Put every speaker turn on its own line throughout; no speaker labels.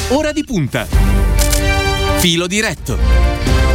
Ora di punta. Filo diretto.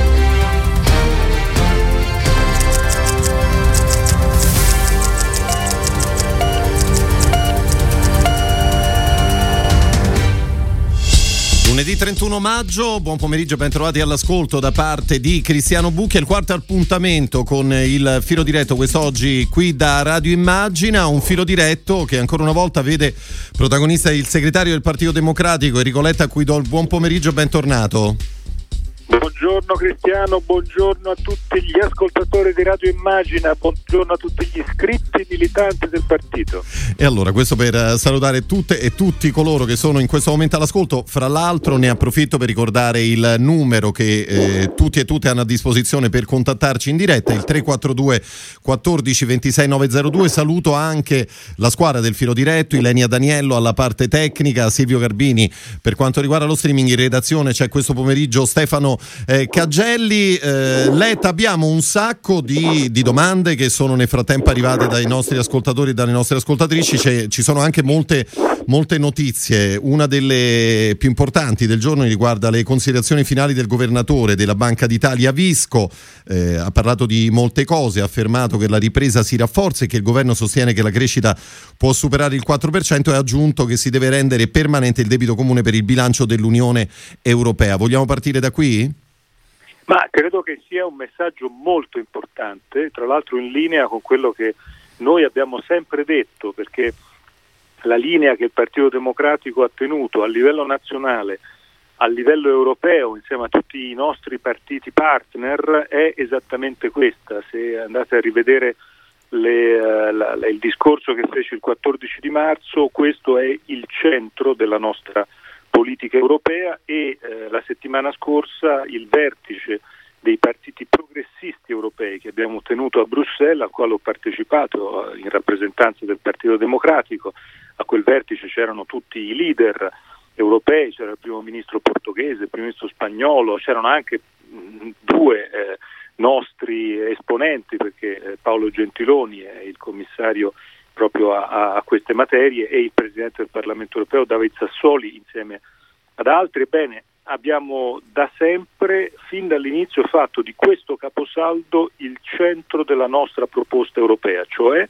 Lunedì 31 maggio, buon pomeriggio, ben trovati all'ascolto da parte di Cristiano Bucchi. È il quarto appuntamento con il filo diretto quest'oggi qui da Radio Immagina, un filo diretto che ancora una volta vede protagonista il segretario del Partito Democratico Enrico Letta, a cui do il buon pomeriggio, bentornato.
Buongiorno Cristiano, buongiorno a tutti gli ascoltatori di Radio Immagina, buongiorno a tutti gli iscritti militanti del partito.
E allora, questo per salutare tutte e tutti coloro che sono in questo momento all'ascolto. Fra l'altro ne approfitto per ricordare il numero che tutti e tutte hanno a disposizione per contattarci in diretta, il 342 14 26 902. Saluto anche la squadra del filo diretto, Ilenia Daniello alla parte tecnica, Silvio Garbini per quanto riguarda lo streaming. In redazione c'è questo pomeriggio Stefano Cagelli. Letta, abbiamo un sacco di domande che sono nel frattempo arrivate dai nostri ascoltatori e dalle nostre ascoltatrici. Ci sono anche molte notizie. Una delle più importanti del giorno riguarda le considerazioni finali del governatore della Banca d'Italia Visco. Ha parlato di molte cose, ha affermato che la ripresa si rafforza e che il governo sostiene che la crescita può superare il 4% e ha aggiunto che si deve rendere permanente il debito comune per il bilancio dell'Unione Europea. Vogliamo partire da qui?
Ma credo che sia un messaggio molto importante, tra l'altro in linea con quello che noi abbiamo sempre detto, perché la linea che il Partito Democratico ha tenuto a livello nazionale, a livello europeo, insieme a tutti i nostri partiti partner, è esattamente questa. Se andate a rivedere il discorso che fece il 14 di marzo, questo è il centro della nostra politica europea e la settimana scorsa il vertice dei partiti progressisti europei che abbiamo tenuto a Bruxelles, al quale ho partecipato in rappresentanza del Partito Democratico. A quel vertice c'erano tutti i leader europei, c'era il primo ministro portoghese, il primo ministro spagnolo, c'erano anche due nostri esponenti, perché Paolo Gentiloni è il commissario proprio a queste materie e il Presidente del Parlamento Europeo David Sassoli insieme ad altri. Ebbene, abbiamo da sempre, fin dall'inizio, fatto di questo caposaldo il centro della nostra proposta europea, cioè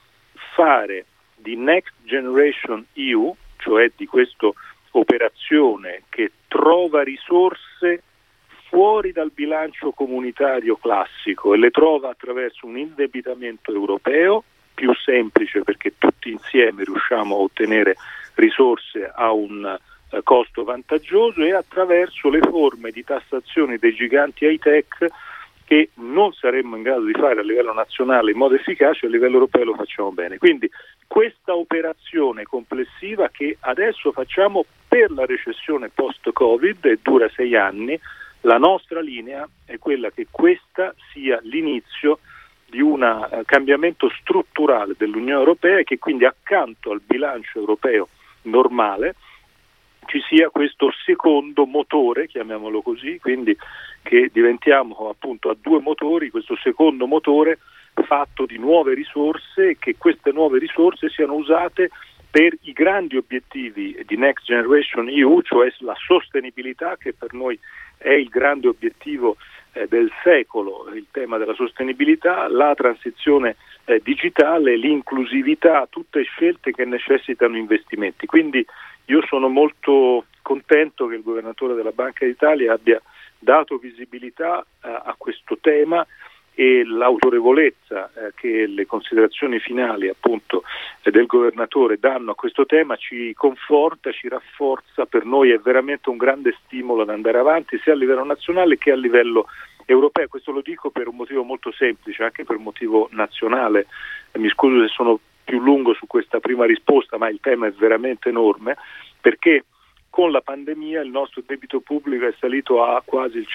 fare di Next Generation EU, cioè di questa operazione che trova risorse fuori dal bilancio comunitario classico e le trova attraverso un indebitamento europeo più semplice, perché tutti insieme riusciamo a ottenere risorse a un costo vantaggioso, e attraverso le forme di tassazione dei giganti high-tech che non saremmo in grado di fare a livello nazionale in modo efficace, a livello europeo lo facciamo bene. Quindi questa operazione complessiva che adesso facciamo per la recessione post-Covid e dura 6 anni, la nostra linea è quella che questa sia l'inizio di un cambiamento strutturale dell'Unione Europea e che quindi accanto al bilancio europeo normale ci sia questo secondo motore, chiamiamolo così, quindi che diventiamo appunto a due motori, questo secondo motore fatto di nuove risorse e che queste nuove risorse siano usate per i grandi obiettivi di Next Generation EU, cioè la sostenibilità, che per noi è il grande obiettivo del secolo, il tema della sostenibilità, la transizione digitale, l'inclusività, tutte scelte che necessitano investimenti. Quindi io sono molto contento che il governatore della Banca d'Italia abbia dato visibilità a questo tema, e l'autorevolezza che le considerazioni finali appunto del governatore danno a questo tema ci conforta, ci rafforza. Per noi è veramente un grande stimolo ad andare avanti sia a livello nazionale che a livello europeo. Questo lo dico per un motivo molto semplice, anche per motivo nazionale. Mi scuso se sono più lungo su questa prima risposta, ma il tema è veramente enorme, perché con la pandemia il nostro debito pubblico è salito a quasi il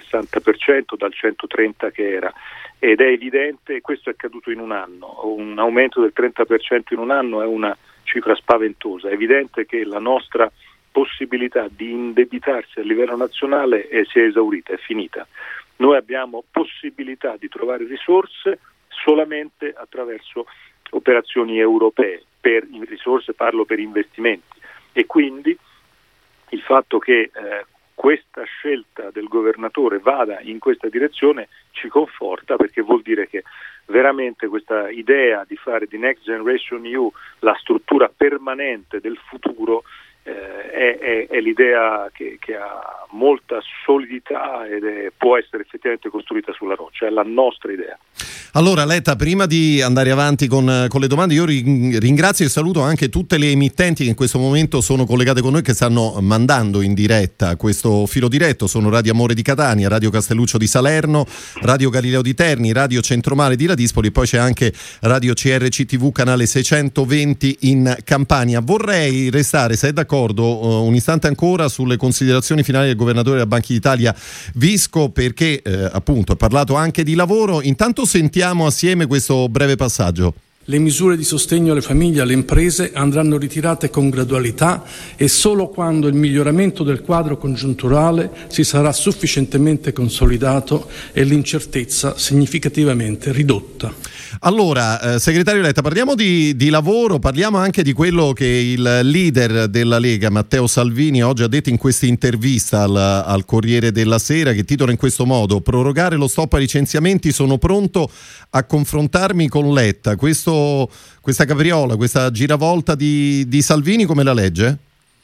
160% dal 130% che era, ed è evidente, questo è accaduto in un anno, un aumento del 30% in un anno è una cifra spaventosa. È evidente che la nostra possibilità di indebitarsi a livello nazionale si è esaurita, è finita. Noi abbiamo possibilità di trovare risorse solamente attraverso operazioni europee, per risorse parlo per investimenti, e quindi il fatto che questa scelta del governatore vada in questa direzione ci conforta, perché vuol dire che veramente questa idea di fare di Next Generation EU la struttura permanente del futuro è l'idea che ha molta solidità ed può essere effettivamente costruita sulla roccia, è la nostra idea.
Allora Letta, prima di andare avanti con le domande, io ringrazio e saluto anche tutte le emittenti che in questo momento sono collegate con noi, che stanno mandando in diretta questo filo diretto. Sono Radio Amore di Catania, Radio Castelluccio di Salerno, Radio Galileo di Terni, Radio Centromare di Ladispoli, e poi c'è anche Radio CRC-TV canale 620 in Campania. Vorrei restare, se è d'accordo, un istante ancora sulle considerazioni finali del governatore della Banca d'Italia Visco, perché appunto ha parlato anche di lavoro. Intanto sentiamo assieme questo breve passaggio.
Le misure di sostegno alle famiglie e alle imprese andranno ritirate con gradualità e solo quando il miglioramento del quadro congiunturale si sarà sufficientemente consolidato e l'incertezza significativamente ridotta.
Allora, segretario Letta, parliamo di lavoro, parliamo anche di quello che il leader della Lega, Matteo Salvini, oggi ha detto in questa intervista al Corriere della Sera, che titola in questo modo: prorogare lo stop ai licenziamenti, sono pronto a confrontarmi con Letta. Questa capriola, questa giravolta di Salvini come la legge?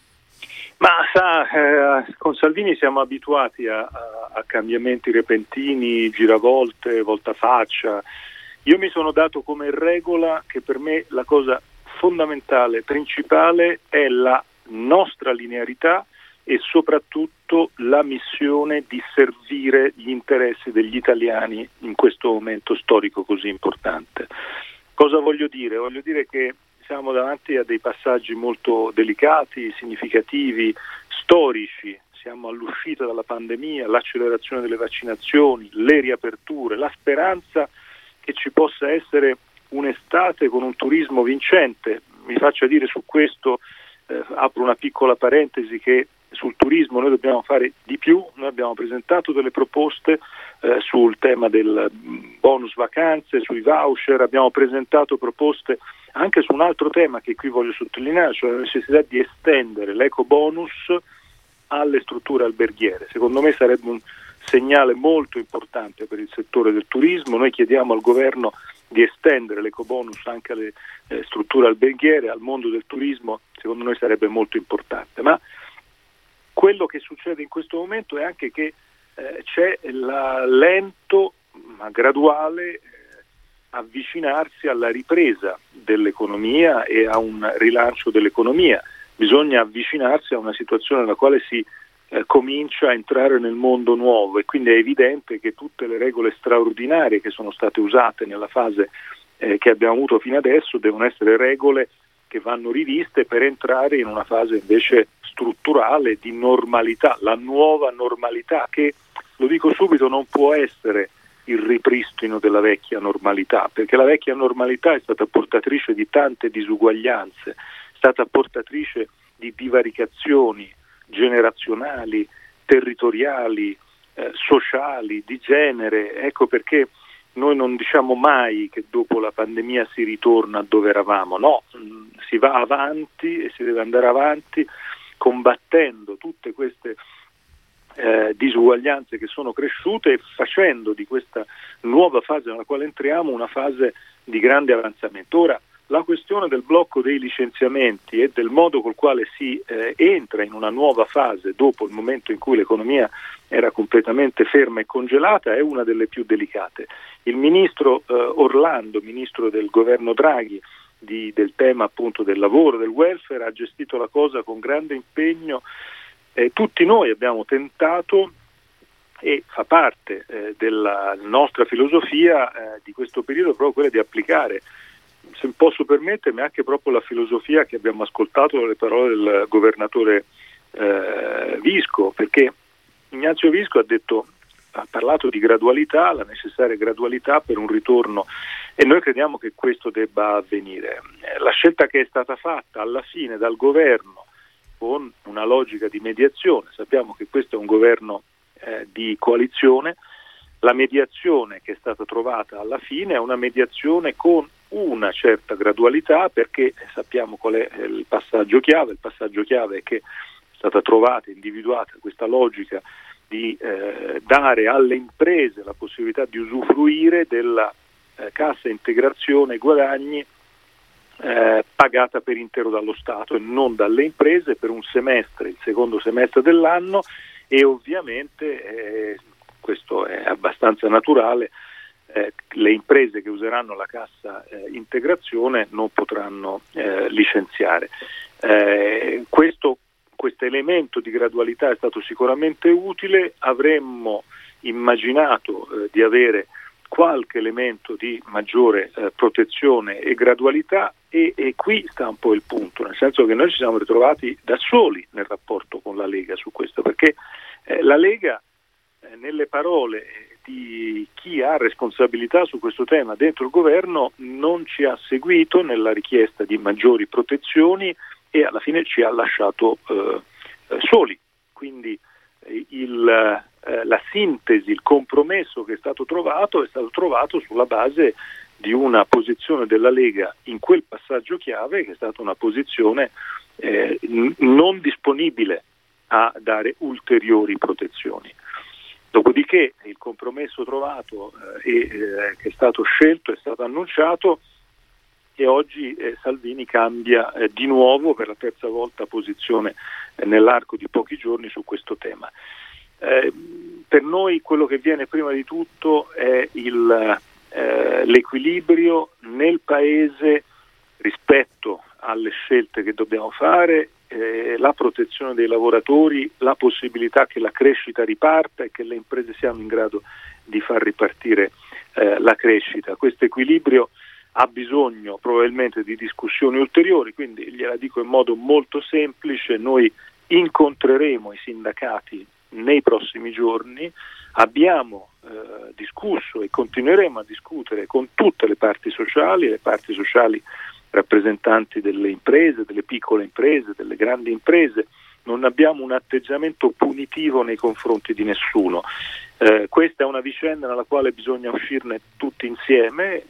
Ma con Salvini siamo abituati a cambiamenti repentini, giravolte, voltafaccia. Io mi sono dato come regola che per me la cosa fondamentale, principale, è la nostra linearità e soprattutto la missione di servire gli interessi degli italiani in questo momento storico così importante. Cosa voglio dire? Voglio dire che siamo davanti a dei passaggi molto delicati, significativi, storici. Siamo all'uscita dalla pandemia, l'accelerazione delle vaccinazioni, le riaperture, la speranza che ci possa essere un'estate con un turismo vincente. Mi faccia dire su questo, apro una piccola parentesi, che sul turismo noi dobbiamo fare di più. Noi abbiamo presentato delle proposte sul tema del bonus vacanze, sui voucher, abbiamo presentato proposte anche su un altro tema che qui voglio sottolineare, cioè la necessità di estendere l'eco bonus alle strutture alberghiere. Secondo me sarebbe un segnale molto importante per il settore del turismo. Noi chiediamo al governo di estendere l'ecobonus anche alle strutture alberghiere, al mondo del turismo. Secondo noi sarebbe molto importante. Ma quello che succede in questo momento è anche che c'è lento ma graduale avvicinarsi alla ripresa dell'economia e a un rilancio dell'economia. Bisogna avvicinarsi a una situazione nella quale si comincia a entrare nel mondo nuovo, e quindi è evidente che tutte le regole straordinarie che sono state usate nella fase che abbiamo avuto fino adesso devono essere regole che vanno riviste per entrare in una fase invece strutturale di normalità, la nuova normalità, che, lo dico subito, non può essere il ripristino della vecchia normalità, perché la vecchia normalità è stata portatrice di tante disuguaglianze, è stata portatrice di divaricazioni generazionali, territoriali, sociali, di genere. Ecco perché noi non diciamo mai che dopo la pandemia si ritorna dove eravamo, no, si va avanti e si deve andare avanti combattendo tutte queste disuguaglianze che sono cresciute e facendo di questa nuova fase nella quale entriamo una fase di grande avanzamento. Ora, la questione del blocco dei licenziamenti e del modo col quale si entra in una nuova fase dopo il momento in cui l'economia era completamente ferma e congelata è una delle più delicate. Il ministro Orlando, ministro del governo Draghi, del tema appunto del lavoro, del welfare, ha gestito la cosa con grande impegno. Tutti noi abbiamo tentato, e fa parte della nostra filosofia di questo periodo, proprio quella di applicare, se posso permettermi, anche proprio la filosofia che abbiamo ascoltato dalle parole del governatore Visco, perché Ignazio Visco ha parlato di gradualità, la necessaria gradualità per un ritorno, e noi crediamo che questo debba avvenire. La scelta che è stata fatta alla fine dal governo con una logica di mediazione, sappiamo che questo è un governo di coalizione, la mediazione che è stata trovata alla fine è una mediazione con una certa gradualità, perché sappiamo qual è il passaggio chiave. Il passaggio chiave è che stata trovata, individuata questa logica di dare alle imprese la possibilità di usufruire della cassa integrazione guadagni pagata per intero dallo Stato e non dalle imprese per un semestre, il secondo semestre dell'anno, e ovviamente questo è abbastanza naturale, le imprese che useranno la cassa integrazione non potranno licenziare. Questo elemento di gradualità è stato sicuramente utile. Avremmo immaginato di avere qualche elemento di maggiore protezione e gradualità, e qui sta un po' il punto, nel senso che noi ci siamo ritrovati da soli nel rapporto con la Lega su questo, perché la Lega nelle parole di chi ha responsabilità su questo tema dentro il governo non ci ha seguito nella richiesta di maggiori protezioni e alla fine ci ha lasciato soli. Quindi la sintesi, il compromesso che è stato trovato sulla base di una posizione della Lega in quel passaggio chiave, che è stata una posizione non disponibile a dare ulteriori protezioni. Dopodiché il compromesso trovato che è stato scelto è stato annunciato, e oggi Salvini cambia di nuovo per la terza volta posizione nell'arco di pochi giorni su questo tema. Per noi quello che viene prima di tutto è l'equilibrio nel Paese rispetto alle scelte che dobbiamo fare, la protezione dei lavoratori, la possibilità che la crescita riparta e che le imprese siano in grado di far ripartire la crescita. Questo equilibrio ha bisogno probabilmente di discussioni ulteriori, quindi gliela dico in modo molto semplice: noi incontreremo i sindacati nei prossimi giorni, abbiamo discusso e continueremo a discutere con tutte le parti sociali rappresentanti delle imprese, delle piccole imprese, delle grandi imprese. Non abbiamo un atteggiamento punitivo nei confronti di nessuno. Questa è una vicenda nella quale bisogna uscirne tutti insieme.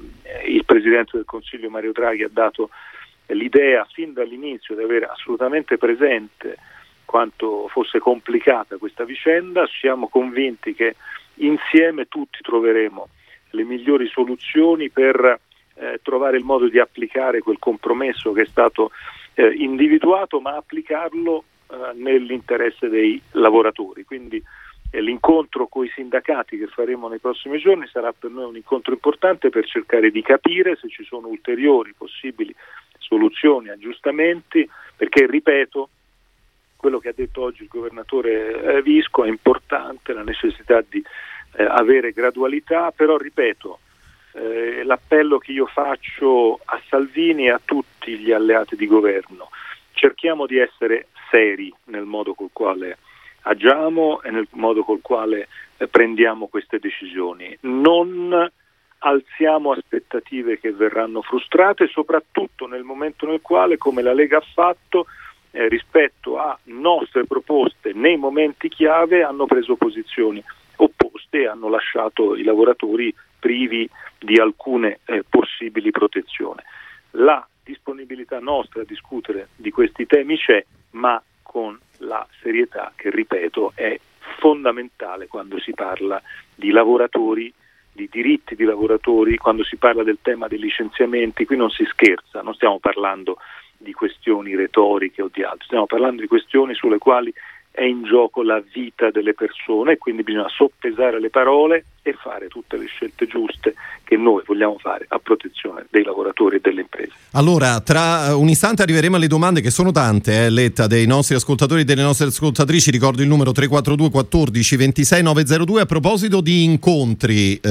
Il Presidente del Consiglio Mario Draghi ha dato l'idea fin dall'inizio di avere assolutamente presente quanto fosse complicata questa vicenda. Siamo convinti che insieme tutti troveremo le migliori soluzioni per trovare il modo di applicare quel compromesso che è stato individuato, ma applicarlo nell'interesse dei lavoratori. Quindi l'incontro con i sindacati che faremo nei prossimi giorni sarà per noi un incontro importante per cercare di capire se ci sono ulteriori possibili soluzioni, aggiustamenti, perché, ripeto, quello che ha detto oggi il governatore Visco è importante, la necessità di avere gradualità, però ripeto, l'appello che io faccio a Salvini e a tutti gli alleati di governo: cerchiamo di essere seri nel modo col quale agiamo e nel modo col quale prendiamo queste decisioni. Non alziamo aspettative che verranno frustrate, soprattutto nel momento nel quale, come la Lega ha fatto, rispetto a nostre proposte nei momenti chiave hanno preso posizioni opposte e hanno lasciato i lavoratori privi di alcune possibili protezioni. La disponibilità nostra a discutere di questi temi c'è, ma con la serietà che, ripeto, è fondamentale quando si parla di lavoratori, di diritti di lavoratori, quando si parla del tema dei licenziamenti. Qui non si scherza, non stiamo parlando di questioni retoriche o di altro, stiamo parlando di questioni sulle quali è in gioco la vita delle persone, e quindi bisogna soppesare le parole e fare tutte le scelte giuste che noi vogliamo fare a protezione dei lavoratori e delle imprese.
Allora, tra un istante arriveremo alle domande, che sono tante, Letta, dei nostri ascoltatori e delle nostre ascoltatrici. Ricordo il numero 342 14 26 902. A proposito di incontri,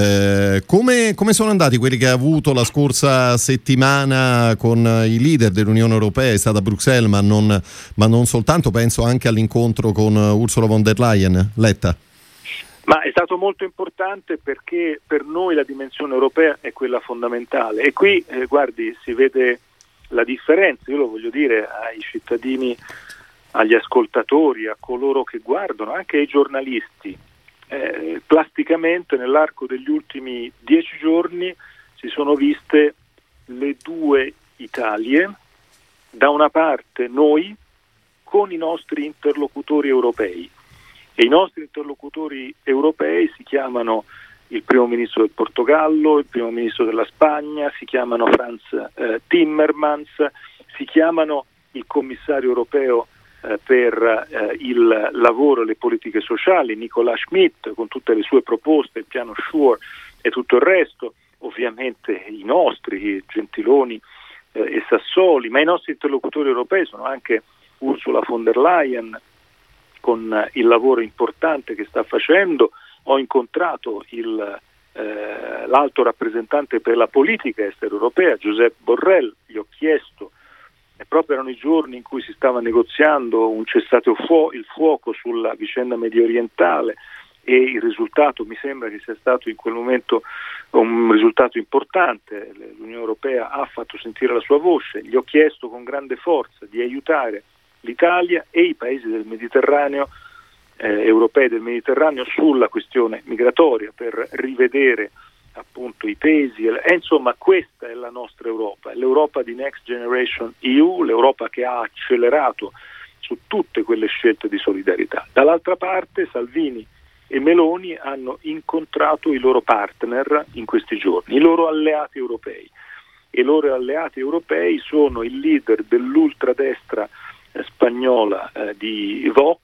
come sono andati quelli che ha avuto la scorsa settimana con i leader dell'Unione Europea? È stata a Bruxelles, ma non soltanto, penso anche all'incontro con Ursula von der Leyen. Letta?
Ma è stato molto importante, perché per noi la dimensione europea è quella fondamentale, e qui guardi, si vede la differenza. Io lo voglio dire ai cittadini, agli ascoltatori, a coloro che guardano, anche ai giornalisti. Plasticamente nell'arco degli ultimi 10 giorni si sono viste le due Italie: da una parte noi con i nostri interlocutori europei. E i nostri interlocutori europei si chiamano il primo ministro del Portogallo, il primo ministro della Spagna, si chiamano Franz Timmermans, si chiamano il commissario europeo per il lavoro e le politiche sociali, Nicolas Schmit, con tutte le sue proposte, il piano SURE e tutto il resto, ovviamente i nostri, Gentiloni e Sassoli, ma i nostri interlocutori europei sono anche Ursula von der Leyen, con il lavoro importante che sta facendo. Ho incontrato l'alto rappresentante per la politica estera europea, Josep Borrell, gli ho chiesto, e proprio erano i giorni in cui si stava negoziando un cessate il fuoco sulla vicenda medio orientale, e il risultato mi sembra che sia stato in quel momento un risultato importante. L'Unione Europea ha fatto sentire la sua voce. Gli ho chiesto con grande forza di aiutare l'Italia e i paesi del Mediterraneo, europei del Mediterraneo, sulla questione migratoria, per rivedere appunto i pesi, e insomma questa è la nostra Europa, è l'Europa di Next Generation EU, l'Europa che ha accelerato su tutte quelle scelte di solidarietà. Dall'altra parte Salvini e Meloni hanno incontrato i loro partner in questi giorni, i loro alleati europei, e i loro alleati europei sono il leader dell'ultradestra spagnola di Vox,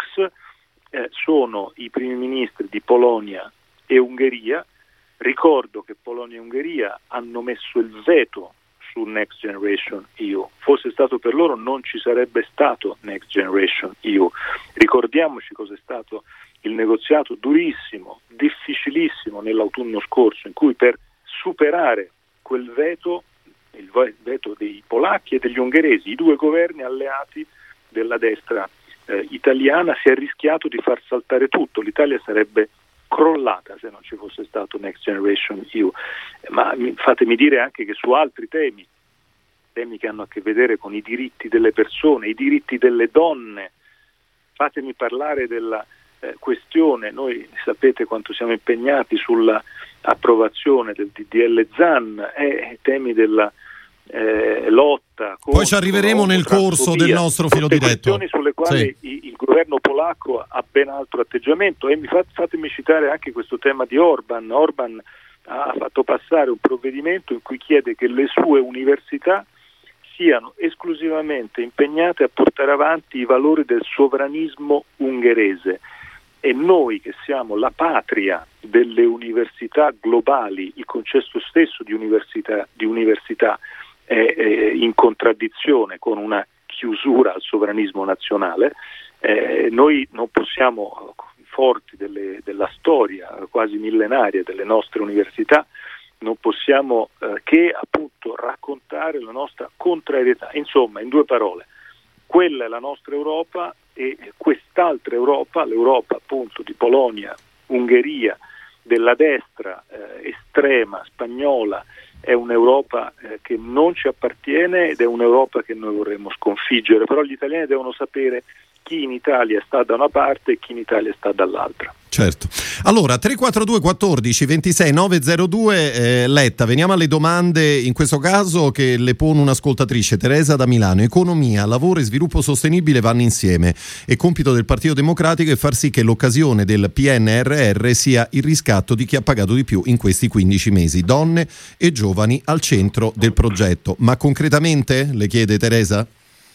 sono i primi ministri di Polonia e Ungheria. Ricordo che Polonia e Ungheria hanno messo il veto su Next Generation EU. Fosse stato per loro non ci sarebbe stato Next Generation EU. Ricordiamoci cos'è stato il negoziato durissimo, difficilissimo nell'autunno scorso, in cui per superare quel veto, il veto dei polacchi e degli ungheresi, i due governi alleati della destra italiana, si è rischiato di far saltare tutto. L'Italia sarebbe crollata se non ci fosse stato Next Generation EU. Ma fatemi dire anche che su altri temi che hanno a che vedere con i diritti delle persone, i diritti delle donne, fatemi parlare della questione, noi sapete quanto siamo impegnati sulla approvazione del DDL ZAN e temi della lotta contro,
poi ci arriveremo nel corso del nostro filo diretto,
questioni sulle quali il governo polacco ha ben altro atteggiamento. E fatemi citare anche questo tema di Orban. Orban ha fatto passare un provvedimento in cui chiede che le sue università siano esclusivamente impegnate a portare avanti i valori del sovranismo ungherese, e noi che siamo la patria delle università globali, il concetto stesso di università è in contraddizione con una chiusura al sovranismo nazionale. Noi non possiamo, forti della storia quasi millenaria delle nostre università, non possiamo che appunto raccontare la nostra contrarietà. Insomma, in due parole, quella è la nostra Europa, e quest'altra Europa, l'Europa appunto di Polonia, Ungheria, della destra estrema spagnola, è un'Europa che non ci appartiene, ed è un'Europa che noi vorremmo sconfiggere. Però gli italiani devono sapere chi in Italia sta da una parte e chi in Italia sta dall'altra.
Certo. Allora, 342 14 26 902, Letta, veniamo alle domande, in questo caso che le pone un'ascoltatrice, Teresa da Milano. Economia, lavoro e sviluppo sostenibile vanno insieme, e compito del Partito Democratico è far sì che l'occasione del PNRR sia il riscatto di chi ha pagato di più in questi 15 mesi, donne e giovani al centro del progetto. Ma concretamente, le chiede Teresa?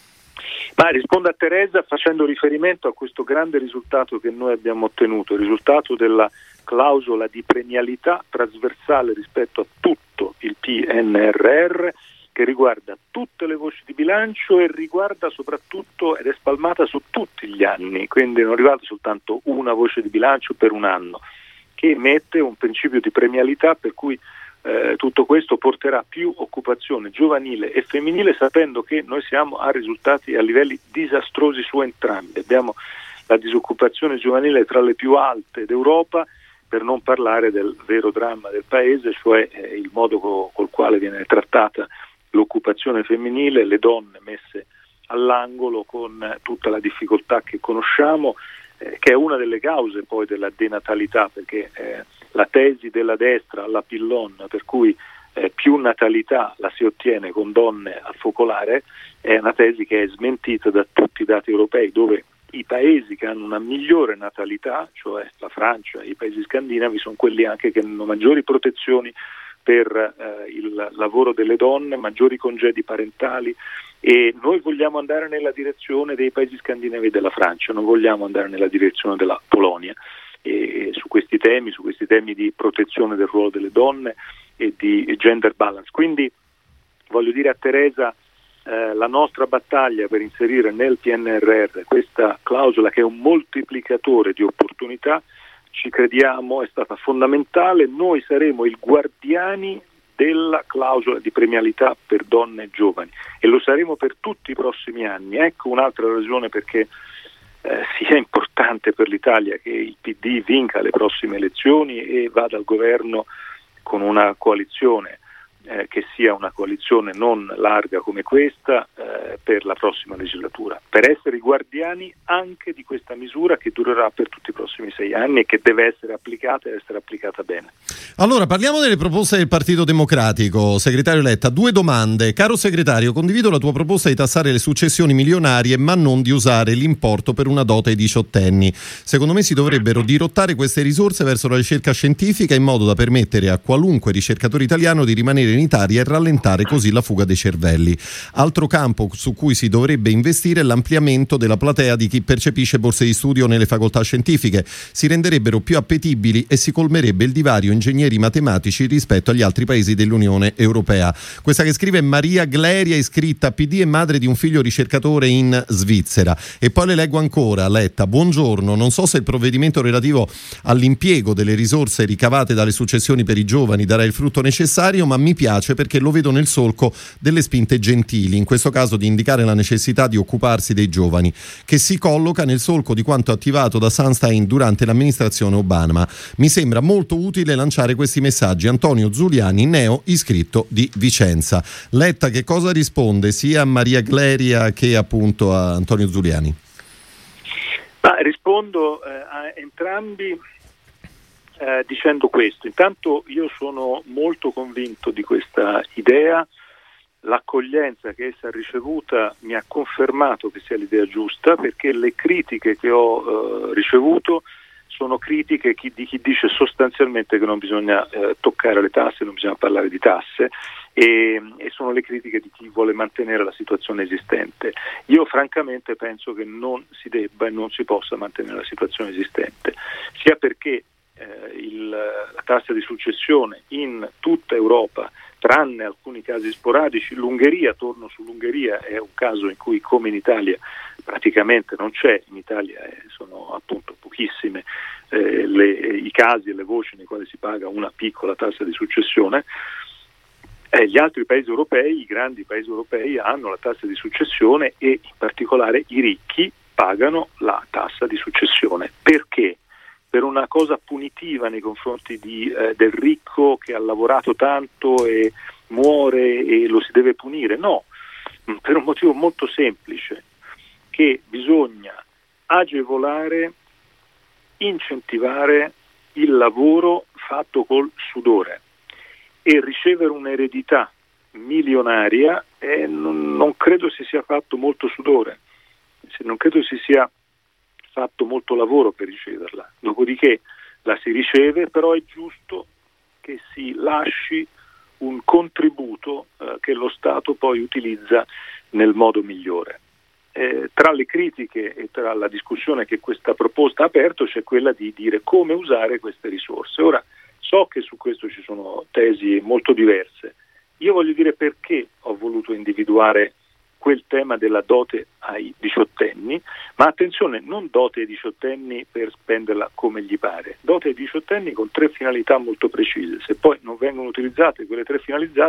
Ma rispondo a Teresa facendo riferimento a questo grande risultato che noi abbiamo ottenuto, il risultato della clausola di premialità trasversale rispetto a tutto il PNRR, che riguarda tutte le voci di bilancio e riguarda soprattutto, ed è spalmata su tutti gli anni, quindi non riguarda soltanto una voce di bilancio per un anno, che mette un principio di premialità per cui tutto questo porterà più occupazione giovanile e femminile, sapendo che noi siamo a risultati a livelli disastrosi su entrambi. Abbiamo la disoccupazione giovanile tra le più alte d'Europa, per non parlare del vero dramma del paese, cioè il modo col quale viene trattata l'occupazione femminile, le donne messe all'angolo con tutta la difficoltà che conosciamo, che è una delle cause poi della denatalità, perché la tesi della destra alla Pillon, per cui più natalità la si ottiene con donne al focolare, è una tesi che è smentita da tutti i dati europei, dove i paesi che hanno una migliore natalità, cioè la Francia e i paesi scandinavi, sono quelli anche che hanno maggiori protezioni per il lavoro delle donne, maggiori congedi parentali, e noi vogliamo andare nella direzione dei paesi scandinavi e della Francia, non vogliamo andare nella direzione della Polonia, e su questi temi di protezione del ruolo delle donne e di gender balance. Quindi voglio dire a Teresa, la nostra battaglia per inserire nel PNRR questa clausola, che è un moltiplicatore di opportunità, ci crediamo, è stata fondamentale. Noi saremo i guardiani della clausola di premialità per donne e giovani, e lo saremo per tutti i prossimi anni. Ecco un'altra ragione perché sia importante per l'Italia che il PD vinca le prossime elezioni e vada al governo con una coalizione che sia una coalizione non larga come questa per la prossima legislatura, per essere i guardiani anche di questa misura che durerà per tutti i prossimi 6 anni e che deve essere applicata e essere applicata bene.
Allora, parliamo delle proposte del Partito Democratico. Segretario Letta, 2 domande. Caro segretario, condivido la tua proposta di tassare le successioni milionarie, ma non di usare l'importo per una dote ai diciottenni. Secondo me si dovrebbero dirottare queste risorse verso la ricerca scientifica, in modo da permettere a qualunque ricercatore italiano di rimanere in Italia e rallentare così la fuga dei cervelli. Altro campo su cui si dovrebbe investire è l'ampliamento della platea di chi percepisce borse di studio nelle facoltà scientifiche. Si renderebbero più appetibili e si colmerebbe il divario ingegneri matematici rispetto agli altri paesi dell'Unione Europea. Questa che scrive Maria Gleria, iscritta a PD e madre di un figlio ricercatore in Svizzera. E poi le leggo ancora. Letta, buongiorno, non so se il provvedimento relativo all'impiego delle risorse ricavate dalle successioni per i giovani darà il frutto necessario, ma mi piace perché lo vedo nel solco delle spinte gentili, in questo caso di indicare la necessità di occuparsi dei giovani, che si colloca nel solco di quanto attivato da Sunstein durante l'amministrazione Obama. Mi sembra molto utile lanciare questi messaggi. Antonio Zuliani, neo iscritto di Vicenza. Letta che cosa risponde sia a Maria Gleria che appunto a Antonio Zuliani?
Rispondo a entrambi dicendo questo. Intanto io sono molto convinto di questa idea, l'accoglienza che essa ha ricevuta mi ha confermato che sia l'idea giusta, perché le critiche che ho ricevuto sono critiche di chi dice sostanzialmente che non bisogna toccare le tasse, non bisogna parlare di tasse, e sono le critiche di chi vuole mantenere la situazione esistente. Io francamente penso che non si debba e non si possa mantenere la situazione esistente, sia perché la tassa di successione in tutta Europa, tranne alcuni casi sporadici, l'Ungheria, torno sull'Ungheria, è un caso in cui, come in Italia, praticamente non c'è. In Italia sono appunto pochissime i casi e le voci nei quali si paga una piccola tassa di successione. Gli altri paesi europei, i grandi paesi europei, hanno la tassa di successione, e in particolare i ricchi pagano la tassa di successione. Perché? Per una cosa punitiva nei confronti del ricco che ha lavorato tanto e muore e lo si deve punire? No, per un motivo molto semplice, che bisogna agevolare, incentivare il lavoro fatto col sudore, e ricevere un'eredità milionaria non credo si sia fatto molto sudore, non credo si sia fatto molto lavoro per riceverla. Dopodiché la si riceve, però è giusto che si lasci un contributo che lo Stato poi utilizza nel modo migliore. Tra le critiche e tra la discussione che questa proposta ha aperto c'è quella di dire come usare queste risorse. Ora, so che su questo ci sono tesi molto diverse. Io voglio dire perché ho voluto individuare quel tema della dote ai diciottenni, ma attenzione, non dote ai diciottenni per spenderla come gli pare, dote ai diciottenni con 3 finalità molto precise. Se poi non vengono utilizzate quelle 3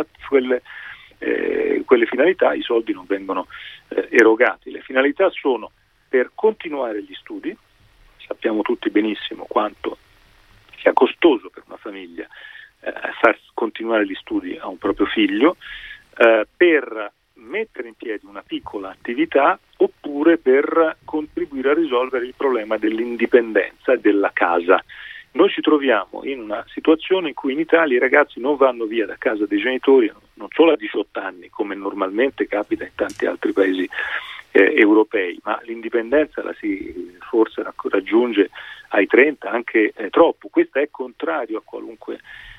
quelle finalità, i soldi non vengono erogati. Le finalità sono per continuare gli studi, sappiamo tutti benissimo quanto sia costoso per una famiglia far continuare gli studi a un proprio figlio, per mettere in piedi una piccola attività, oppure per contribuire a risolvere il problema dell'indipendenza della casa. Noi ci troviamo in una situazione in cui in Italia i ragazzi non vanno via da casa dei genitori, non solo a 18 anni, come normalmente capita in tanti altri paesi europei, ma l'indipendenza la si forse raggiunge ai 30, anche troppo. Questo è contrario a qualunque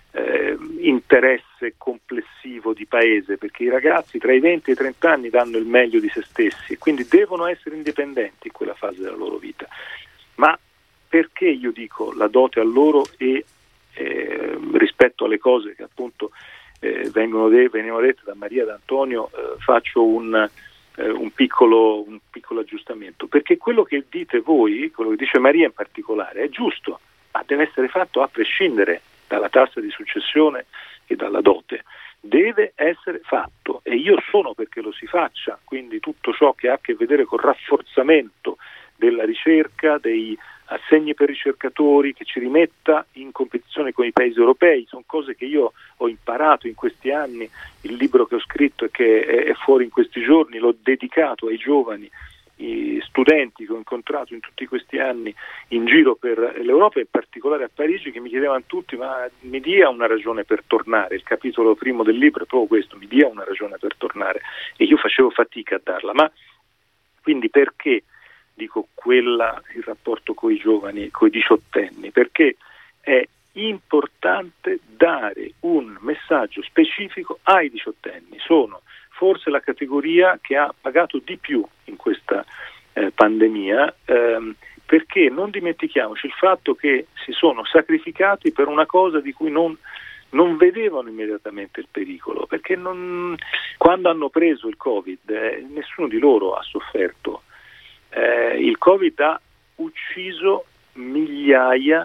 interesse complessivo di paese, perché i ragazzi tra i 20 e i 30 anni danno il meglio di se stessi e quindi devono essere indipendenti in quella fase della loro vita. Ma perché io dico la dote a loro e rispetto alle cose che appunto venivano dette da Maria e da Antonio, faccio un piccolo aggiustamento, perché quello che dite voi, quello che dice Maria in particolare, è giusto, ma deve essere fatto a prescindere dalla tassa di successione e dalla dote. Deve essere fatto e io sono perché lo si faccia, quindi tutto ciò che ha a che vedere col rafforzamento della ricerca, dei assegni per ricercatori, che ci rimetta in competizione con i paesi europei, sono cose che io ho imparato in questi anni. Il libro che ho scritto e che è fuori in questi giorni l'ho dedicato ai giovani studenti che ho incontrato in tutti questi anni in giro per l'Europa, in particolare a Parigi, che mi chiedevano tutti: ma mi dia una ragione per tornare. Il capitolo primo del libro è proprio questo: mi dia una ragione per tornare, e io facevo fatica a darla. Ma quindi perché dico il rapporto con i giovani, con i diciottenni? Perché è importante dare un messaggio specifico ai diciottenni. Sono forse la categoria che ha pagato di più in questa pandemia, perché non dimentichiamoci il fatto che si sono sacrificati per una cosa di cui non vedevano immediatamente il pericolo, perché quando hanno preso il Covid nessuno di loro ha sofferto. Il Covid ha ucciso migliaia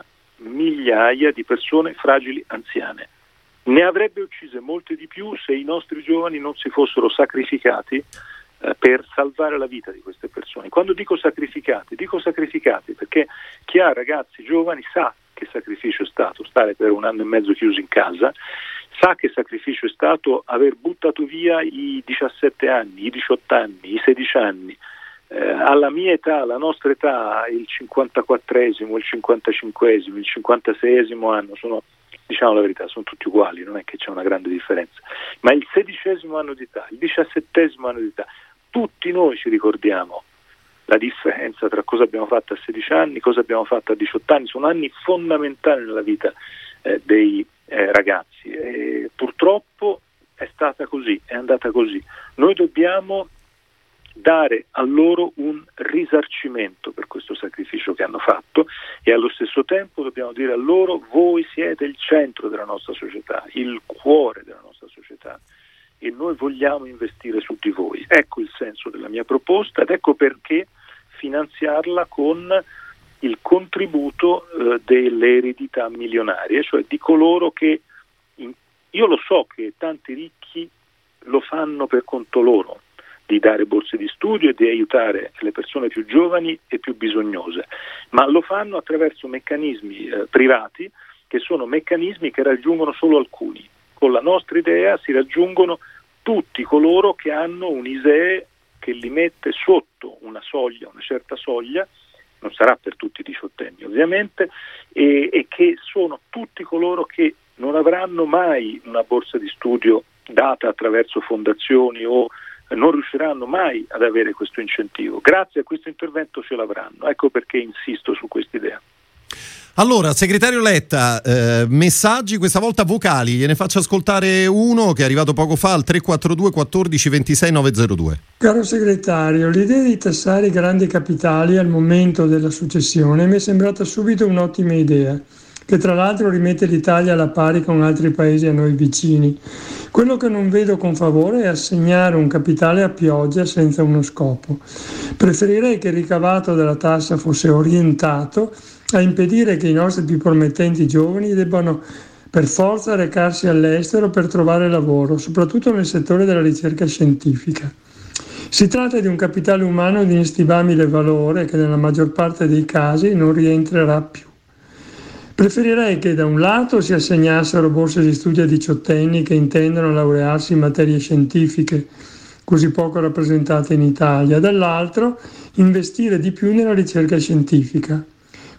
di persone fragili anziane. Ne avrebbe uccise molte di più se i nostri giovani non si fossero sacrificati per salvare la vita di queste persone. Quando dico sacrificati perché chi ha ragazzi giovani sa che sacrificio è stato stare per 1 anno e mezzo chiusi in casa, sa che sacrificio è stato aver buttato via i 17 anni, i 18 anni, i 16 anni. Alla mia età, alla nostra età, il 54esimo, il 55esimo, il 56esimo anno sono, diciamo la verità, sono tutti uguali, non è che c'è una grande differenza, ma il 16esimo anno di età, il 17esimo anno di età, tutti noi ci ricordiamo la differenza tra cosa abbiamo fatto a 16 anni, cosa abbiamo fatto a 18 anni. Sono anni fondamentali nella vita dei ragazzi, e purtroppo è stata così, è andata così. Noi dobbiamo dare a loro un risarcimento per questo sacrificio che hanno fatto, e allo stesso tempo dobbiamo dire a loro: voi siete il centro della nostra società, il cuore della nostra società, e noi vogliamo investire su di voi. Ecco il senso della mia proposta, ed ecco perché finanziarla con il contributo delle eredità milionarie, cioè di coloro che, io lo so che tanti ricchi lo fanno per conto loro, di dare borse di studio e di aiutare le persone più giovani e più bisognose, ma lo fanno attraverso meccanismi privati, che sono meccanismi che raggiungono solo alcuni. Con la nostra idea si raggiungono tutti coloro che hanno un ISEE che li mette sotto una soglia, una certa soglia, non sarà per tutti i diciottenni ovviamente, e che sono tutti coloro che non avranno mai una borsa di studio data attraverso fondazioni o non riusciranno mai ad avere questo incentivo. Grazie a questo intervento ce l'avranno. Ecco perché insisto su questa idea.
Allora, segretario Letta, messaggi questa volta vocali, gliene faccio ascoltare uno che è arrivato poco fa al 342 14 26 902.
Caro segretario, l'idea di tassare i grandi capitali al momento della successione mi è sembrata subito un'ottima idea, che tra l'altro rimette l'Italia alla pari con altri paesi a noi vicini. Quello che non vedo con favore è assegnare un capitale a pioggia senza uno scopo. Preferirei che il ricavato della tassa fosse orientato a impedire che i nostri più promettenti giovani debbano per forza recarsi all'estero per trovare lavoro, soprattutto nel settore della ricerca scientifica. Si tratta di un capitale umano di inestimabile valore che nella maggior parte dei casi non rientrerà più. Preferirei che da un lato si assegnassero borse di studio a diciottenni che intendono laurearsi in materie scientifiche, così poco rappresentate in Italia, dall'altro investire di più nella ricerca scientifica.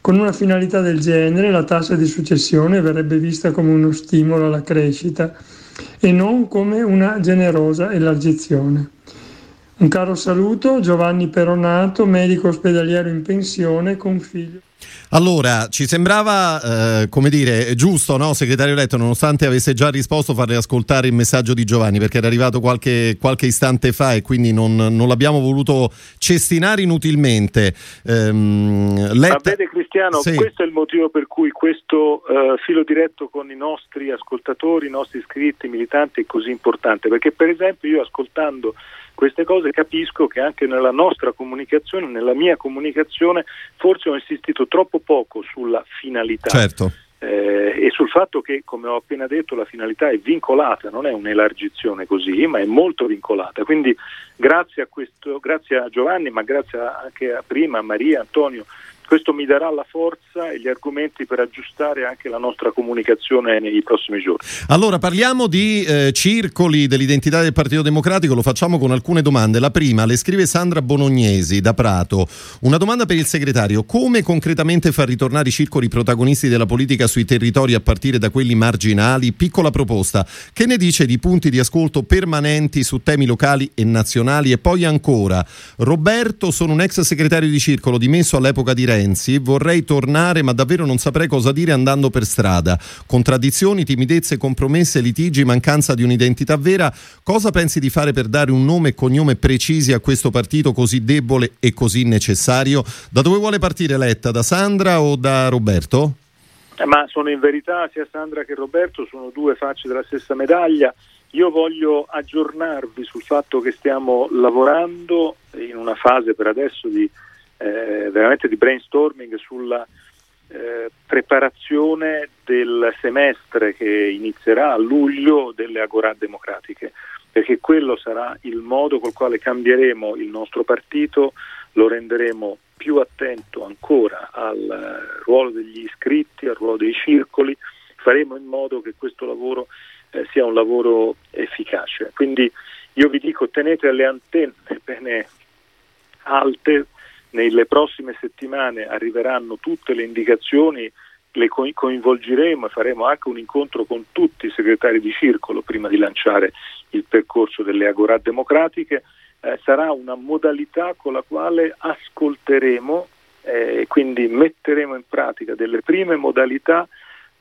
Con una finalità del genere, la tassa di successione verrebbe vista come uno stimolo alla crescita e non come una generosa elargizione. Un caro saluto, Giovanni Peronato, medico ospedaliero in pensione con figlio.
Allora, ci sembrava, giusto, no, segretario Letta, nonostante avesse già risposto, farle ascoltare il messaggio di Giovanni, perché era arrivato qualche istante fa e quindi non l'abbiamo voluto cestinare inutilmente. Letta...
Ma vede Cristiano,
sì.
Questo è il motivo per cui questo filo diretto con i nostri ascoltatori, i nostri iscritti, militanti è così importante, perché per esempio io ascoltando queste cose capisco che anche nella nostra comunicazione, nella mia comunicazione, forse ho insistito troppo poco sulla finalità.
Certo.
E sul fatto che, come ho appena detto, la finalità è vincolata, non è un'elargizione così, ma è molto vincolata. Quindi grazie a Giovanni, ma grazie anche a prima a Maria, Antonio, questo mi darà la forza e gli argomenti per aggiustare anche la nostra comunicazione nei prossimi giorni.
Allora parliamo di circoli dell'identità del Partito Democratico, lo facciamo con alcune domande. La prima, le scrive Sandra Bonognesi da Prato, una domanda per il segretario: come concretamente far ritornare i circoli protagonisti della politica sui territori a partire da quelli marginali? Piccola proposta, che ne dice di punti di ascolto permanenti su temi locali e nazionali? E poi ancora, Roberto, sono un ex segretario di circolo dimesso all'epoca di Renzi, vorrei tornare ma davvero non saprei cosa dire andando per strada, contraddizioni, timidezze, compromesse, litigi, mancanza di un'identità vera. Cosa pensi di fare per dare un nome e cognome precisi a questo partito così debole e così necessario? Da dove vuole partire Letta? Da Sandra o da Roberto?
Ma sono in verità sia Sandra che Roberto sono due facce della stessa medaglia. Io voglio aggiornarvi sul fatto che stiamo lavorando in una fase per adesso veramente di brainstorming sulla preparazione del semestre che inizierà a luglio delle Agorà democratiche, perché quello sarà il modo col quale cambieremo il nostro partito, lo renderemo più attento ancora al ruolo degli iscritti, al ruolo dei circoli, faremo in modo che questo lavoro sia un lavoro efficace. Quindi io vi dico, tenete le antenne bene alte. Nelle prossime settimane arriveranno tutte le indicazioni, le coinvolgeremo e faremo anche un incontro con tutti i segretari di circolo prima di lanciare il percorso delle Agorà democratiche. Sarà una modalità con la quale ascolteremo e quindi metteremo in pratica delle prime modalità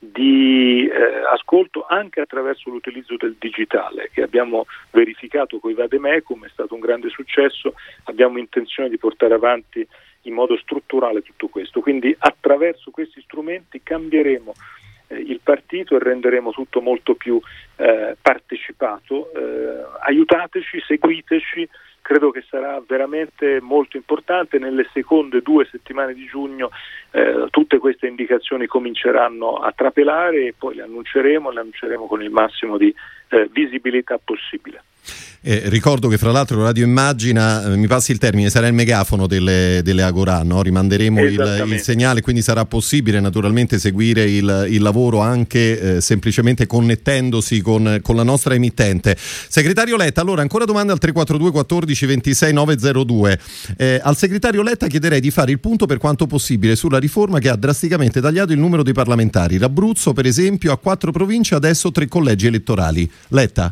di ascolto anche attraverso l'utilizzo del digitale, che abbiamo verificato con i Vademecum, è stato un grande successo. Abbiamo intenzione di portare avanti in modo strutturale tutto questo, quindi attraverso questi strumenti cambieremo il partito e renderemo tutto molto più partecipato. Aiutateci, seguiteci. Credo che sarà veramente molto importante. Nelle seconde 2 settimane di giugno tutte queste indicazioni cominceranno a trapelare e poi le annunceremo con il massimo di visibilità possibile.
Ricordo che fra l'altro Radio Immagina, mi passi il termine, sarà il megafono delle Agorà, no? Rimanderemo il segnale, quindi sarà possibile naturalmente seguire il lavoro anche semplicemente connettendosi con la nostra emittente. Segretario Letta, allora ancora domanda al 342 14 26 902. Al segretario Letta chiederei di fare il punto per quanto possibile sulla riforma che ha drasticamente tagliato il numero dei parlamentari. L'Abruzzo per esempio ha 4 province, adesso 3 collegi elettorali. Letta?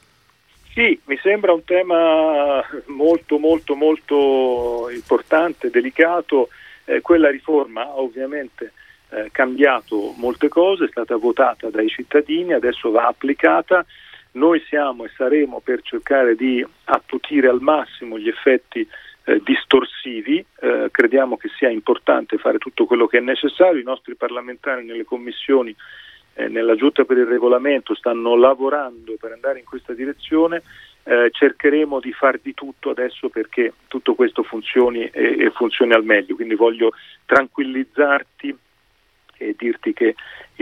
Sì, mi sembra un tema molto molto molto importante, delicato. Quella riforma ha ovviamente cambiato molte cose, è stata votata dai cittadini, adesso va applicata. Noi siamo e saremo per cercare di attutire al massimo gli effetti distorsivi. Crediamo che sia importante fare tutto quello che è necessario. I nostri parlamentari nelle commissioni, nella Giunta per il Regolamento, stanno lavorando per andare in questa direzione. Cercheremo di far di tutto adesso perché tutto questo funzioni e funzioni al meglio. Quindi voglio tranquillizzarti e dirti che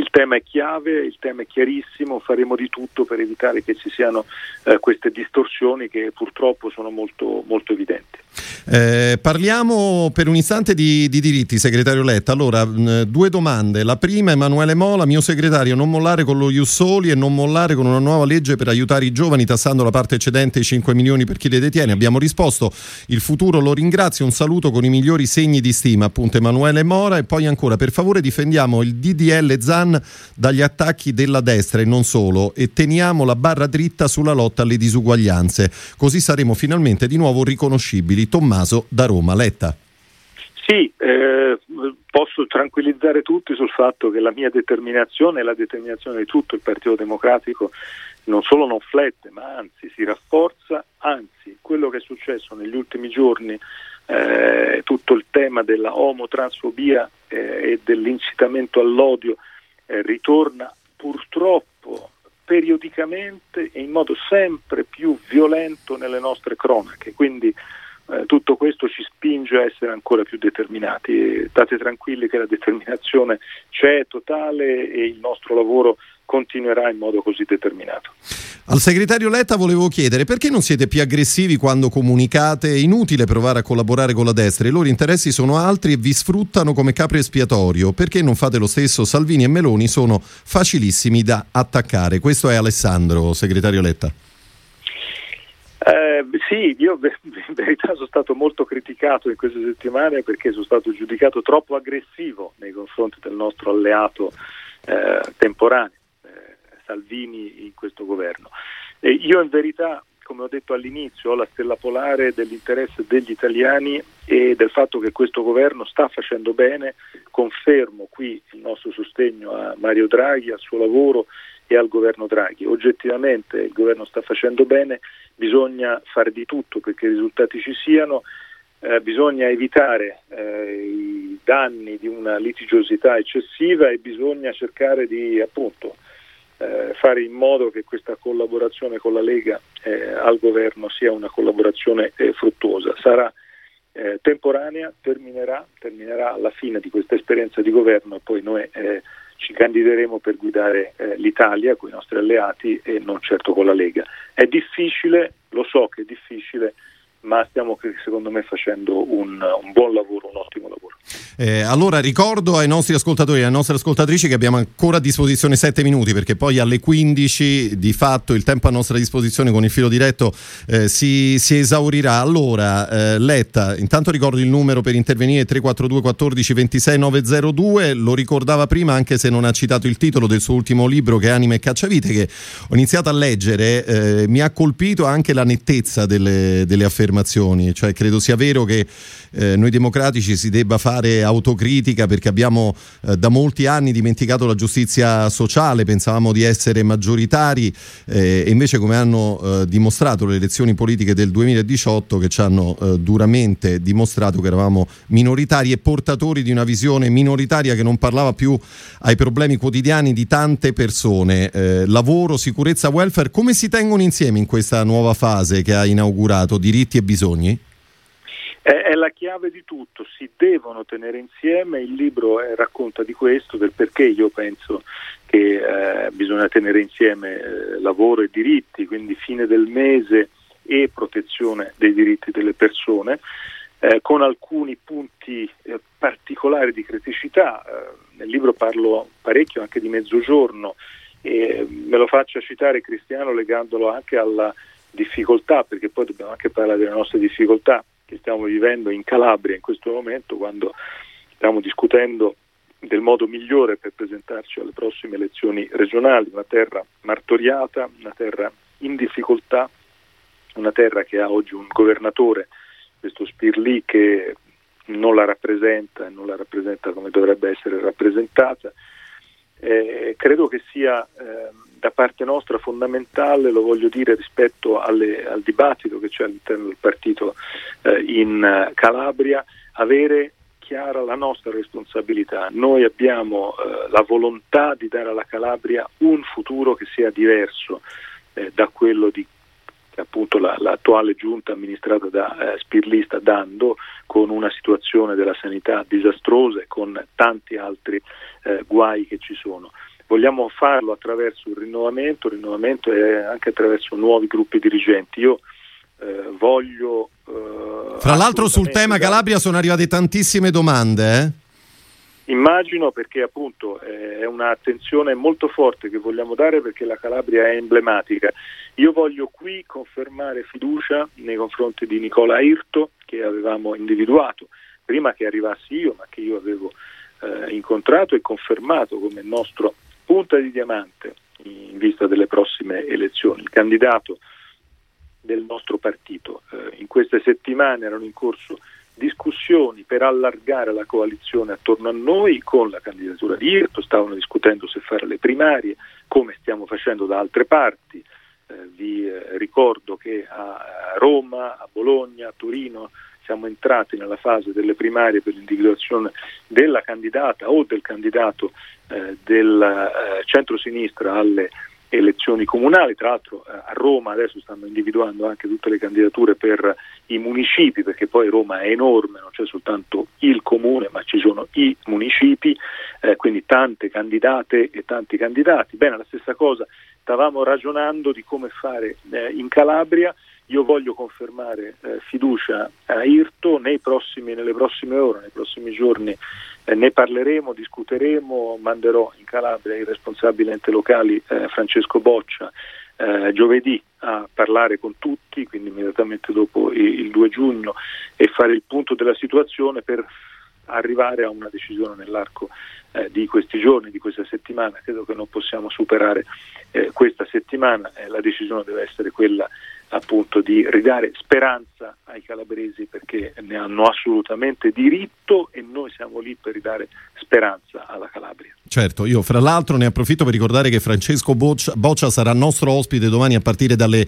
il tema è chiave, il tema è chiarissimo, faremo di tutto per evitare che ci siano queste distorsioni che purtroppo sono molto, molto evidenti.
Parliamo per un istante di diritti, segretario Letta. Allora, due domande. La prima, Emanuele Mola, mio segretario, non mollare con lo Ius Soli e non mollare con una nuova legge per aiutare i giovani tassando la parte eccedente i 5 milioni per chi le detiene. Abbiamo risposto, il futuro lo ringrazio, un saluto con i migliori segni di stima, appunto Emanuele Mora. E poi ancora, per favore difendiamo il DDL Zan dagli attacchi della destra e non solo, e teniamo la barra dritta sulla lotta alle disuguaglianze, così saremo finalmente di nuovo riconoscibili. Tommaso da Roma. Letta.
Sì, posso tranquillizzare tutti sul fatto che la mia determinazione e la determinazione di tutto il Partito Democratico non solo non flette, ma anzi si rafforza, anzi quello che è successo negli ultimi giorni, tutto il tema della omotransfobia e dell'incitamento all'odio ritorna purtroppo periodicamente e in modo sempre più violento nelle nostre cronache, quindi tutto questo ci spinge a essere ancora più determinati e state tranquilli che la determinazione c'è totale e il nostro lavoro continuerà in modo così determinato.
Al segretario Letta volevo chiedere perché non siete più aggressivi quando comunicate. È inutile provare a collaborare con la destra, i loro interessi sono altri e vi sfruttano come capro espiatorio. Perché non fate lo stesso? Salvini e Meloni sono facilissimi da attaccare. Questo è Alessandro, segretario Letta.
Sì, io in verità sono stato molto criticato in queste settimane perché sono stato giudicato troppo aggressivo nei confronti del nostro alleato temporaneo, Salvini, in questo governo. E io in verità, come ho detto all'inizio, ho la stella polare dell'interesse degli italiani e del fatto che questo governo sta facendo bene. Confermo qui il nostro sostegno a Mario Draghi, al suo lavoro e al governo Draghi. Oggettivamente il governo sta facendo bene, bisogna fare di tutto perché i risultati ci siano, bisogna evitare i danni di una litigiosità eccessiva e bisogna cercare di appunto fare in modo che questa collaborazione con la Lega al governo sia una collaborazione fruttuosa. Sarà temporanea, terminerà alla fine di questa esperienza di governo e poi noi ci candideremo per guidare l'Italia con i nostri alleati e non certo con la Lega. È difficile, lo so che è difficile, ma stiamo secondo me facendo un buon lavoro, un ottimo lavoro.
Allora ricordo ai nostri ascoltatori e alle nostre ascoltatrici che abbiamo ancora a disposizione 7 minuti perché poi alle 15 di fatto il tempo a nostra disposizione con il filo diretto si esaurirà. Allora Letta, intanto ricordo il numero per intervenire 342 14 26 902, lo ricordava prima anche se non ha citato il titolo del suo ultimo libro che è Anima e Cacciavite, che ho iniziato a leggere, mi ha colpito anche la nettezza delle affermazioni, cioè credo sia vero che noi democratici si debba fare autocritica perché abbiamo da molti anni dimenticato la giustizia sociale, pensavamo di essere maggioritari e invece, come hanno dimostrato le elezioni politiche del 2018, che ci hanno duramente dimostrato che eravamo minoritari e portatori di una visione minoritaria che non parlava più ai problemi quotidiani di tante persone. Lavoro, sicurezza, welfare, come si tengono insieme in questa nuova fase che ha inaugurato diritti e bisogni?
È la chiave di tutto, si devono tenere insieme, il libro racconta di questo, del perché io penso che bisogna tenere insieme lavoro e diritti, quindi fine del mese e protezione dei diritti delle persone, con alcuni punti particolari di criticità. Nel libro parlo parecchio anche di mezzogiorno e me lo faccia citare Cristiano legandolo anche alla difficoltà, perché poi dobbiamo anche parlare delle nostre difficoltà che stiamo vivendo in Calabria in questo momento, quando stiamo discutendo del modo migliore per presentarci alle prossime elezioni regionali. Una terra martoriata, una terra in difficoltà, una terra che ha oggi un governatore, questo Spirlì, che non la rappresenta e non la rappresenta come dovrebbe essere rappresentata. Credo che sia da parte nostra fondamentale, lo voglio dire rispetto al dibattito che c'è all'interno del partito in Calabria, avere chiara la nostra responsabilità. Noi abbiamo la volontà di dare alla Calabria un futuro che sia diverso da quello di appunto l'attuale giunta amministrata da Spirlì sta dando, con una situazione della sanità disastrosa e con tanti altri guai che ci sono. vogliamo farlo attraverso il rinnovamento e anche attraverso nuovi gruppi dirigenti. Io voglio...
Fra l'altro sul tema Calabria sono arrivate tantissime domande,
Immagino, perché appunto è un'attenzione molto forte che vogliamo dare, perché la Calabria è emblematica. Io voglio qui confermare fiducia nei confronti di Nicola Airto, che avevamo individuato prima che arrivassi io, ma che io avevo incontrato e confermato come nostro punta di diamante in vista delle prossime elezioni, il candidato del nostro partito. In queste settimane erano in corso discussioni per allargare la coalizione attorno a noi con la candidatura di Airto, stavano discutendo se fare le primarie, come stiamo facendo da altre parti. Vi ricordo che a Roma, a Bologna, a Torino siamo entrati nella fase delle primarie per l'individuazione della candidata o del candidato del centro-sinistra alle elezioni comunali. Tra l'altro a Roma adesso stanno individuando anche tutte le candidature per i municipi, perché poi Roma è enorme, non c'è soltanto il comune ma ci sono i municipi, quindi tante candidate e tanti candidati. Bene, la stessa cosa stavamo ragionando di come fare in Calabria. Io voglio confermare fiducia a Airto nelle prossime ore, nei prossimi giorni ne parleremo, discuteremo, manderò in Calabria il responsabile ente locali Francesco Boccia giovedì a parlare con tutti, quindi immediatamente dopo il 2 giugno, e fare il punto della situazione per arrivare a una decisione nell'arco di questi giorni, di questa settimana. Credo che non possiamo superare questa settimana, la decisione deve essere quella appunto di ridare speranza ai calabresi, perché ne hanno assolutamente diritto e noi siamo lì per ridare speranza alla Calabria.
Certo, io fra l'altro ne approfitto per ricordare che Francesco Boccia sarà nostro ospite domani a partire dalle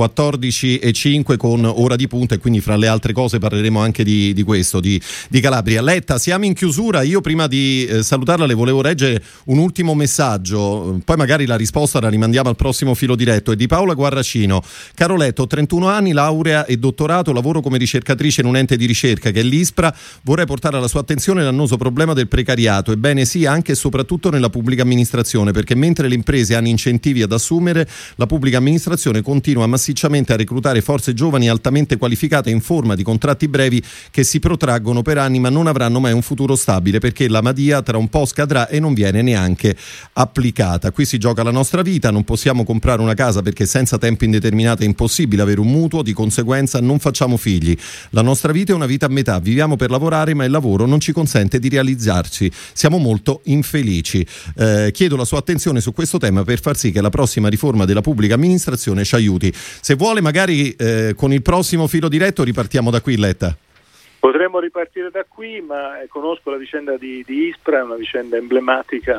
14:05 con Ora di Punta, e quindi fra le altre cose parleremo anche di questo, di Calabria. Letta, siamo in chiusura, io prima di salutarla le volevo leggere un ultimo messaggio, poi magari la risposta la rimandiamo al prossimo filo diretto. È di Paola Guarracino. Caro Letto, ho 31 anni, laurea e dottorato, lavoro come ricercatrice in un ente di ricerca che è l'ISPRA. Vorrei portare alla sua attenzione l'annoso problema del precariato, ebbene sì, anche e soprattutto nella pubblica amministrazione, perché mentre le imprese hanno incentivi ad assumere, la pubblica amministrazione continua massicciamente a reclutare forze giovani altamente qualificate in forma di contratti brevi che si protraggono per anni ma non avranno mai un futuro stabile, perché la Madia tra un po' scadrà e non viene neanche applicata. Qui si gioca la nostra vita, non possiamo comprare una casa perché senza tempo indeterminato è impossibile avere un mutuo, di conseguenza non facciamo figli. La nostra vita è una vita a metà, viviamo per lavorare ma il lavoro non ci consente di realizzarci, siamo molto infelici. Chiedo la sua attenzione su questo tema per far sì che la prossima riforma della pubblica amministrazione ci aiuti. Se vuole magari con il prossimo filo diretto ripartiamo da qui, Letta.
Potremmo ripartire da qui, ma conosco la vicenda di Ispra, è una vicenda emblematica,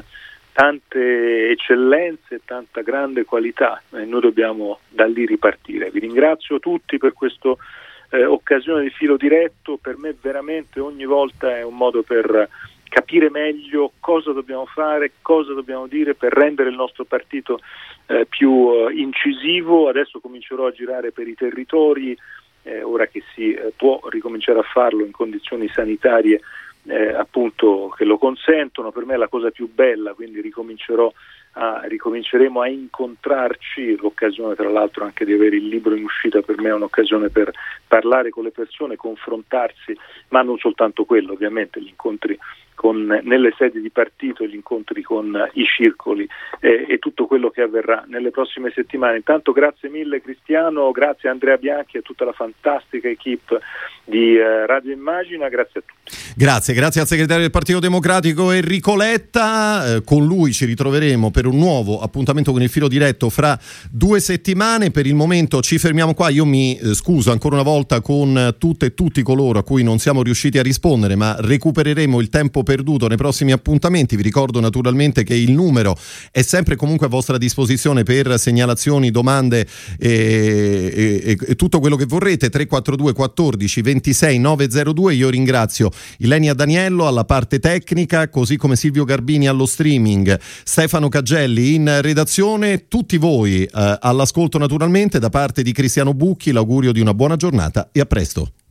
tante eccellenze, tanta grande qualità, e noi dobbiamo da lì ripartire. Vi ringrazio tutti per questa occasione di filo diretto. Per me veramente ogni volta è un modo per capire meglio cosa dobbiamo fare, cosa dobbiamo dire per rendere il nostro partito più incisivo. Adesso comincerò a girare per i territori, ora che si può ricominciare a farlo in condizioni sanitarie appunto che lo consentono. Per me è la cosa più bella, quindi ricominceremo a incontrarci. L'occasione tra l'altro anche di avere il libro in uscita per me è un'occasione per parlare con le persone, confrontarsi, ma non soltanto quello, ovviamente gli incontri nelle sedi di partito, gli incontri con i circoli e tutto quello che avverrà nelle prossime settimane. Intanto grazie mille Cristiano, grazie a Andrea Bianchi e a tutta la fantastica equipe di Radio Immagina, grazie a tutti.
Grazie al segretario del Partito Democratico Enrico Letta, con lui ci ritroveremo per un nuovo appuntamento con il filo diretto fra 2 settimane. Per il momento ci fermiamo qua, io mi scuso ancora una volta con tutte e tutti coloro a cui non siamo riusciti a rispondere, ma recupereremo il tempo perduto nei prossimi appuntamenti. Vi ricordo naturalmente che il numero è sempre comunque a vostra disposizione per segnalazioni, domande e tutto quello che vorrete. 342 14 26 902. Io ringrazio Ilenia Daniello alla parte tecnica, così come Silvio Garbini allo streaming, Stefano Cagelli in redazione, tutti voi all'ascolto naturalmente. Da parte di Cristiano Bucchi l'augurio di una buona giornata e a presto.